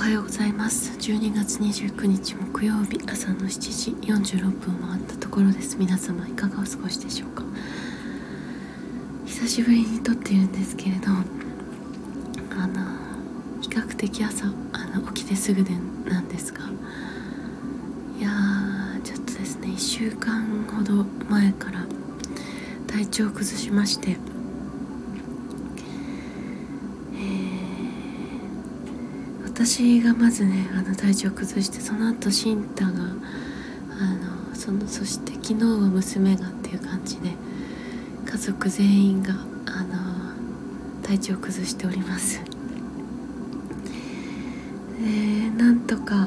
はようございます。12月29日木曜日、朝の7時46分を回ったところです。皆様いかがお過ごしでしょうか。久しぶりに撮っているんですけれど、比較的朝起きてすぐでなんですが、いやーちょっとですね、1週間ほど前から体調を崩しまして、私がまずね体調を崩して、その後シンタがそして昨日は娘がっていう感じで、家族全員が体調を崩しております。なんとか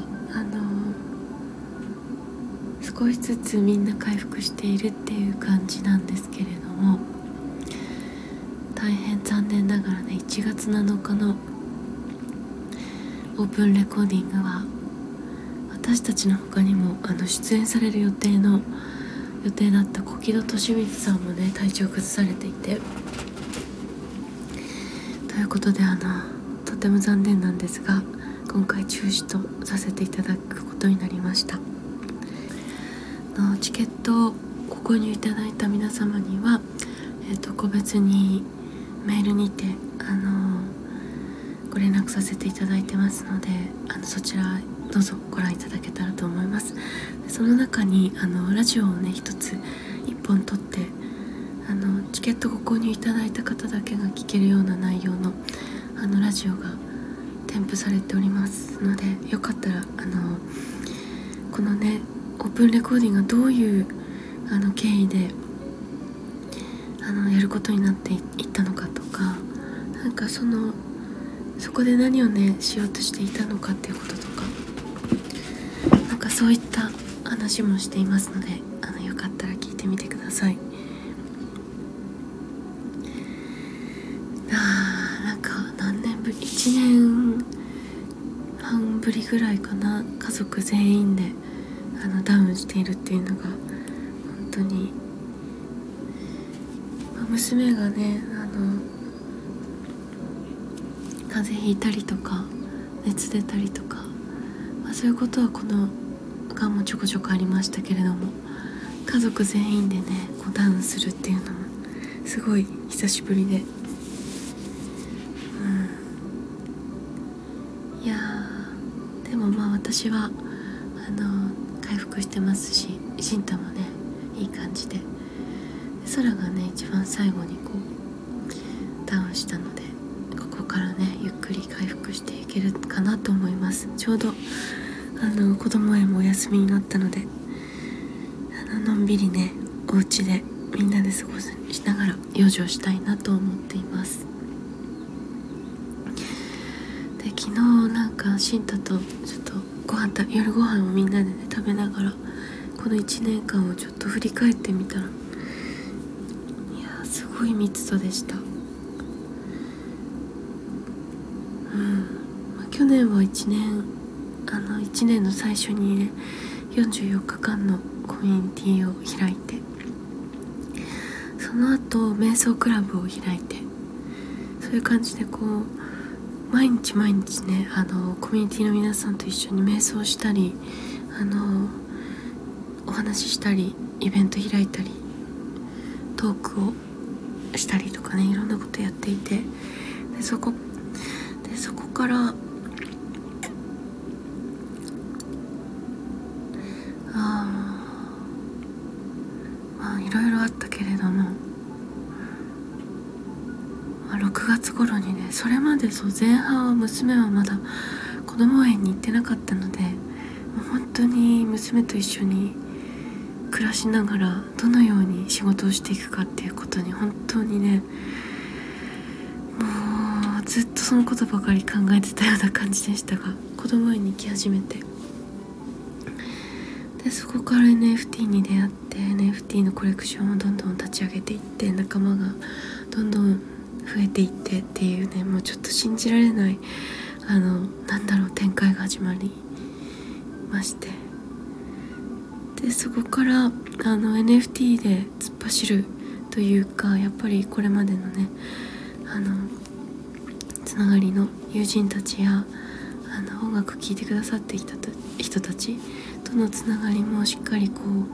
少しずつみんな回復しているっていう感じなんですけれども、大変残念ながらね、1月7日のオープンレコーディングは私たちの他にも出演される予定だった小木戸利光さんもね、体調崩されていて、ということでとても残念なんですが、今回中止とさせていただくことになりました。チケットをご購入いただいた皆様には、個別にメールにてご連絡させていただいてますので、そちらどうぞご覧いただけたらと思います。その中にラジオをね一本撮って、チケットご購入いただいた方だけが聞けるような内容のラジオが添付されておりますので、よかったらこのねオープンレコーディングがどういう経緯でやることになっていったのかとか、なんかそこで何をねしようとしていたのかっていうこととか、なんかそういった話もしていますので、よかったら聞いてみてください。なんか何年ぶり、1年半ぶりぐらいかな、家族全員でダウンしているっていうのが本当に、娘がね風邪ひいたりとか熱出たりとか、そういうことはこの間もちょこちょこありましたけれども、家族全員でねダウンするっていうのもすごい久しぶりで、いやでも私は回復してますし、シンタもねいい感じで、空がね一番最後にダウンしたので、ここからねゆっくり回復していけるかなと思います。ちょうど子供園もお休みになったので、のんびりねお家でみんなで過ごしながら養生したいなと思っています。で、昨日なんかシンタとちょっと夜ご飯をみんなでね食べながら、この1年間をちょっと振り返ってみたら、いやすごい密度でした。去年は1年の最初にね44日間のコミュニティを開いて、その後瞑想クラブを開いて、そういう感じで毎日ねコミュニティの皆さんと一緒に瞑想したり、お話ししたり、イベント開いたり、トークをしたりとかね、いろんなことやっていて、そこからいろいろあったけれども、6月頃にね、それまで前半は娘はまだ子供園に行ってなかったので、本当に娘と一緒に暮らしながらどのように仕事をしていくかっていうことに本当にね、もうずっとそのことばかり考えてたような感じでしたが、子供園に行き始めて、でそこから NFT に出会って、 NFT のコレクションをどんどん立ち上げていって、仲間がどんどん増えていってっていうね、もうちょっと信じられない展開が始まりまして、でそこからNFT で突っ走るというか、やっぱりこれまでのねつながりの友人たちや音楽聴いてくださってきた人たちとのつながりもしっかりこう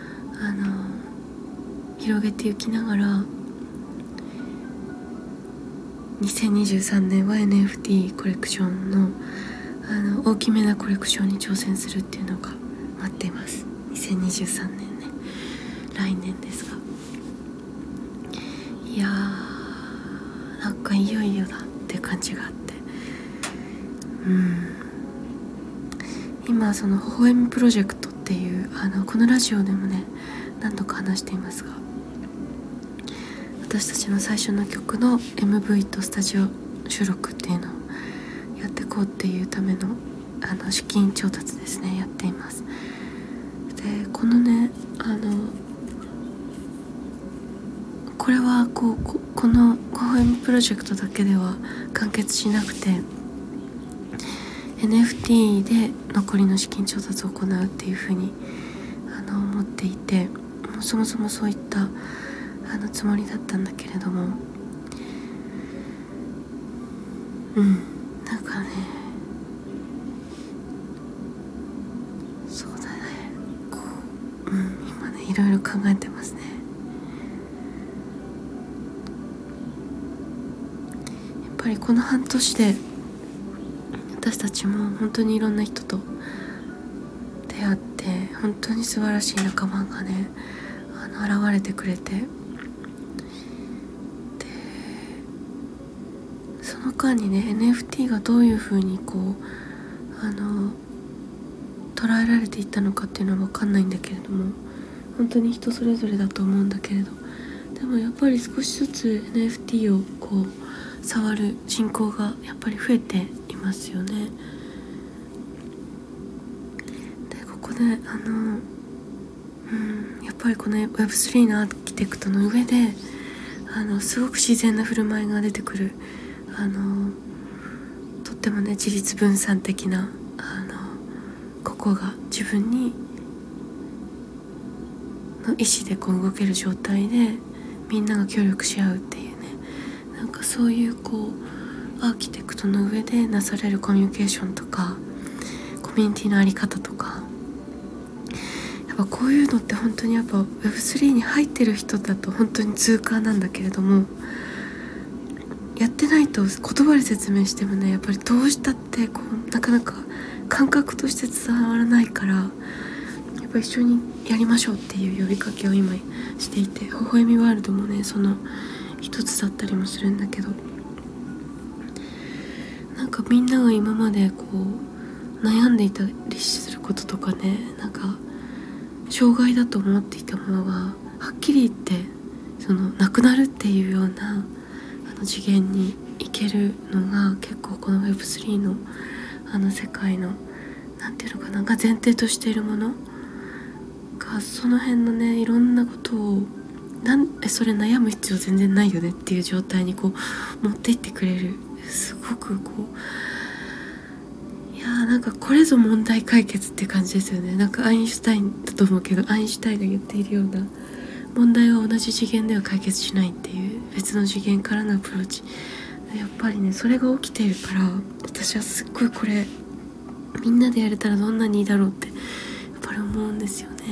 広げていきながら、2023年は NFT コレクションの大きめなコレクションに挑戦するっていうのが待っています。2023年ね、来年ですが、いやーなんかいよいよだって感じがあって、今その微笑みプロジェクトっていうこのラジオでもね何度か話していますが、私たちの最初の曲の MV とスタジオ収録っていうのをやっていこうっていうための資金調達ですね、やっています。でこのねこれはこの微笑みプロジェクトだけでは完結しなくて、 NFT で残りの資金調達を行うっていうふうに思っていて、もうそもそもそういったつもりだったんだけれども、なんかね、そうだね、今ねいろいろ考えてますね。やっぱりこの半年で私たちも本当にいろんな人と出会って、本当に素晴らしい仲間がね現れてくれて、でその間にね NFT がどういう風にこう捉えられていったのかっていうのは分かんないんだけれども、本当に人それぞれだと思うんだけれど、でもやっぱり少しずつ NFT をこう触る人口がやっぱり増えていますよね。でここでやっぱりこの Web3 のアーキテクトの上ですごく自然な振る舞いが出てくるとってもね自立分散的なここが自分にの意思でこう動ける状態でみんなが協力し合うっていうね、なんかそういうこうアーキテクトの上でなされるコミュニケーションとかコミュニティのあり方とか、やっぱこういうのって本当にやっぱ Web3 に入ってる人だと本当に痛感なんだけれども、やってないと言葉で説明してもねやっぱりどうしたってこうなかなか感覚として伝わらないから、やっぱ一緒にやりましょうっていう呼びかけを今していて、微笑みワールドもねその一つだったりもするんだけど、なんかみんなが今までこう悩んでいたりすることとかね、なんか障害だと思っていたものがはっきり言ってそのなくなるっていうような次元に行けるのが結構この Web3 の世界のなんていうのかなが前提としているものが、その辺のねいろんなことをそれ悩む必要全然ないよねっていう状態にこう持っていってくれる、すごくこういやーなんかこれぞ問題解決って感じですよね。なんかアインシュタインだと思うけど、アインシュタインが言っているような問題は同じ次元では解決しないっていう別の次元からのアプローチ、やっぱりねそれが起きているから、私はすっごいこれみんなでやれたらどんなにいいだろうってやっぱり思うんですよね。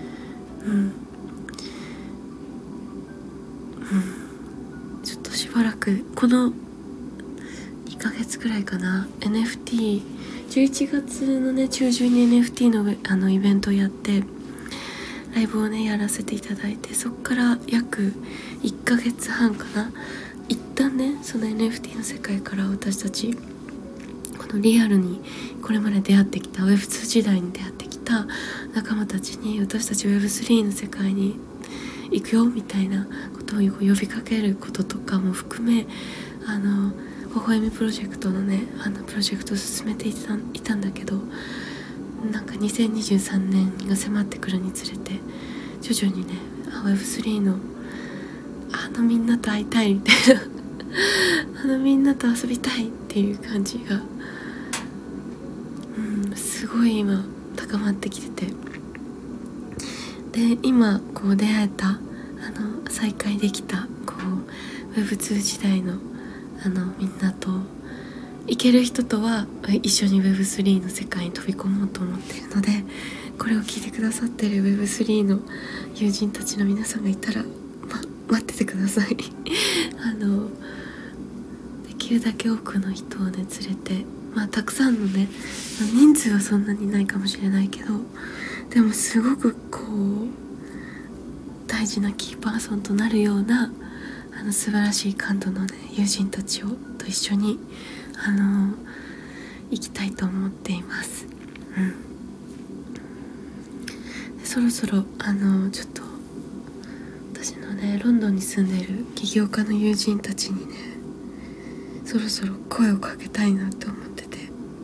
ちょっとしばらくこの2ヶ月くらいかな、 NFT 11月のね中旬に NFT のイベントをやってライブをねやらせていただいて、そっから約1ヶ月半かな、一旦ねその NFT の世界から私たちこのリアルにこれまで出会ってきた Web2 時代に出会ってきた仲間たちに、私たち Web3 の世界に行くよみたいなことを呼びかけることとかも含め、微笑みプロジェクトのねプロジェクトを進めていたんだけど、なんか2023年が迫ってくるにつれて徐々にね Web3 のみんなと会いたいみたいなみんなと遊びたいっていう感じがすごい今高まってきてて、で今こう出会えた再会できたこう Web2 時代のみんなと行ける人とは一緒に Web3 の世界に飛び込もうと思っているので、これを聞いてくださっている Web3 の友人たちの皆さんがいたら、待っててくださいできるだけ多くの人をね連れて、たくさんのね人数はそんなにないかもしれないけど、でもすごくこう大事なキーパーソンとなるような素晴らしい感度のね友人たちと一緒に行きたいと思っています。でそろそろちょっと私のねロンドンに住んでいる起業家の友人たちにねそろそろ声をかけたいなと思ってて、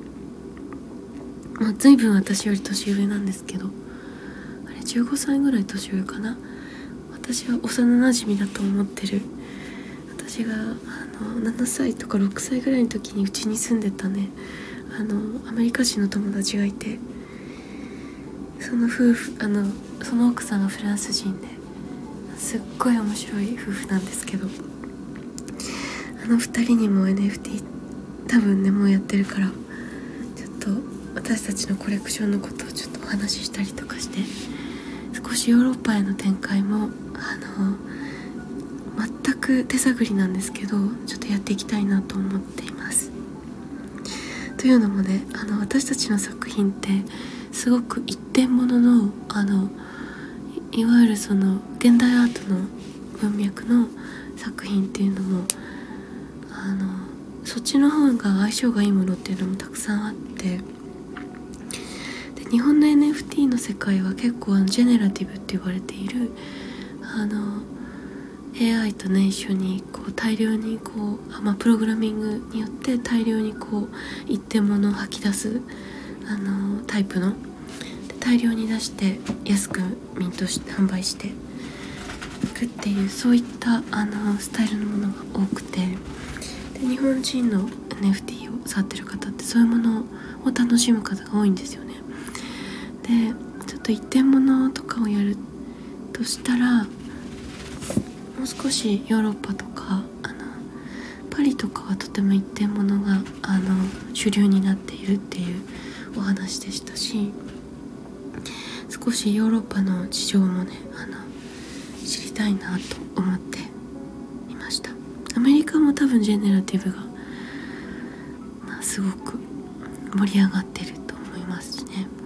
随分私より年上なんですけど、あれ15歳ぐらい年上かな。私は幼馴染だと思ってる、私が7歳とか6歳ぐらいの時にうちに住んでたねアメリカ人の友達がいて、その夫婦その奥さんがフランス人ですっごい面白い夫婦なんですけど、2人にも NFT 多分ねもうやってるから、ちょっと私たちのコレクションのことをちょっとお話ししたりとかして、少しヨーロッパへの展開も全く手探りなんですけどちょっとやっていきたいなと思っています。というのもね私たちの作品ってすごく一点物のいわゆるその現代アートの文脈の作品っていうのもそっちの方が相性がいいものっていうのもたくさんあって、で日本の NFT の世界は結構ジェネラティブって言われているAI とね一緒にこう大量にこう、プログラミングによって大量にこう一点物を吐き出すタイプので大量に出して安くミントして販売していくっていう、そういったスタイルのものが多くて、で日本人の NFT を触ってる方ってそういうものを楽しむ方が多いんですよね。でちょっと一点物とかをやるとしたらもう少しヨーロッパとかパリとかはとても一点物が主流になっているっていうお話でしたし、少しヨーロッパの事情もね知りたいなと思っていました。アメリカも多分ジェネラティブが、すごく盛り上がってると思いますしね、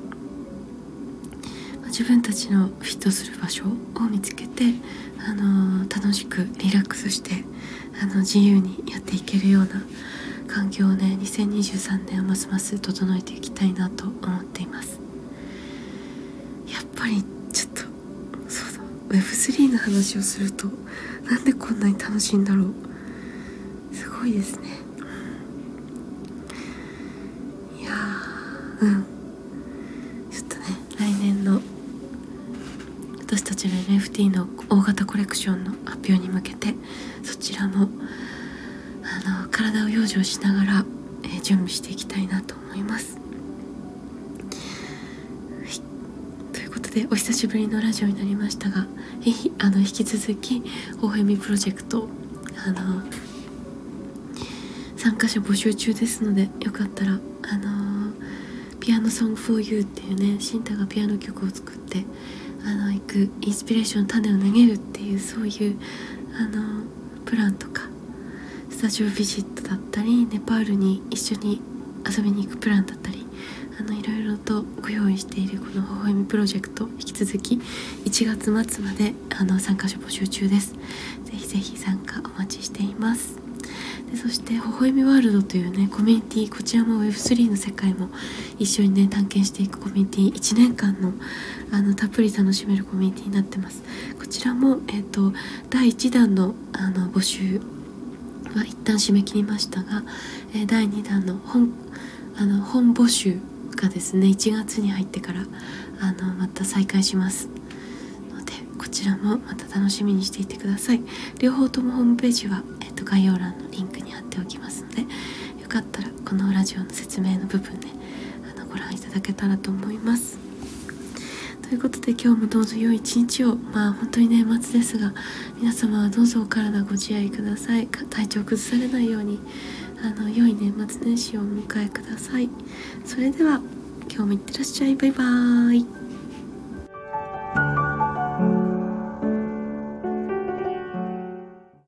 自分たちのフィットする場所を見つけて楽しくリラックスして自由にやっていけるような環境をね2023年はますます整えていきたいなと思っています。やっぱりちょっとそうだ Web3 の話をするとなんでこんなに楽しいんだろう、すごいですね。いやちょっとね来年の私たちの NFT の大型コレクションの発表に向けてそちらも体を養生しながら、準備していきたいなと思います。ということでお久しぶりのラジオになりましたが、引き続きほほえみプロジェクト参加者募集中ですので、よかったらピアノソング for you っていうねシンタがピアノ曲を作って行くインスピレーション種を投げるっていう、そういうプランとかスタジオビジットだったりネパールに一緒に遊びに行くプランだったりいろいろとご用意しているこのほほえみプロジェクト、引き続き1月末まで参加者募集中です。ぜひぜひ参加お待ちしています。でそしてほほえみワールドというねコミュニティ、こちらも Web3 の世界も一緒にね探検していくコミュニティ、1年間のたっぷり楽しめるコミュニティになってます。こちらも、第1弾の募集は一旦締め切りましたが、第2弾の本募集がですね1月に入ってからまた再開しますので、こちらもまた楽しみにしていてください。両方ともホームページは、概要欄のリンクに貼っておきますので、よかったらこのラジオの説明の部分でご覧いただけたらと思います。ということで今日もどうぞ良い一日を、本当に年末ですが皆様はどうぞお体ご自愛ください。体調崩されないように良い年末年始をお迎えください。それでは今日もいってらっしゃい。バイバーイ。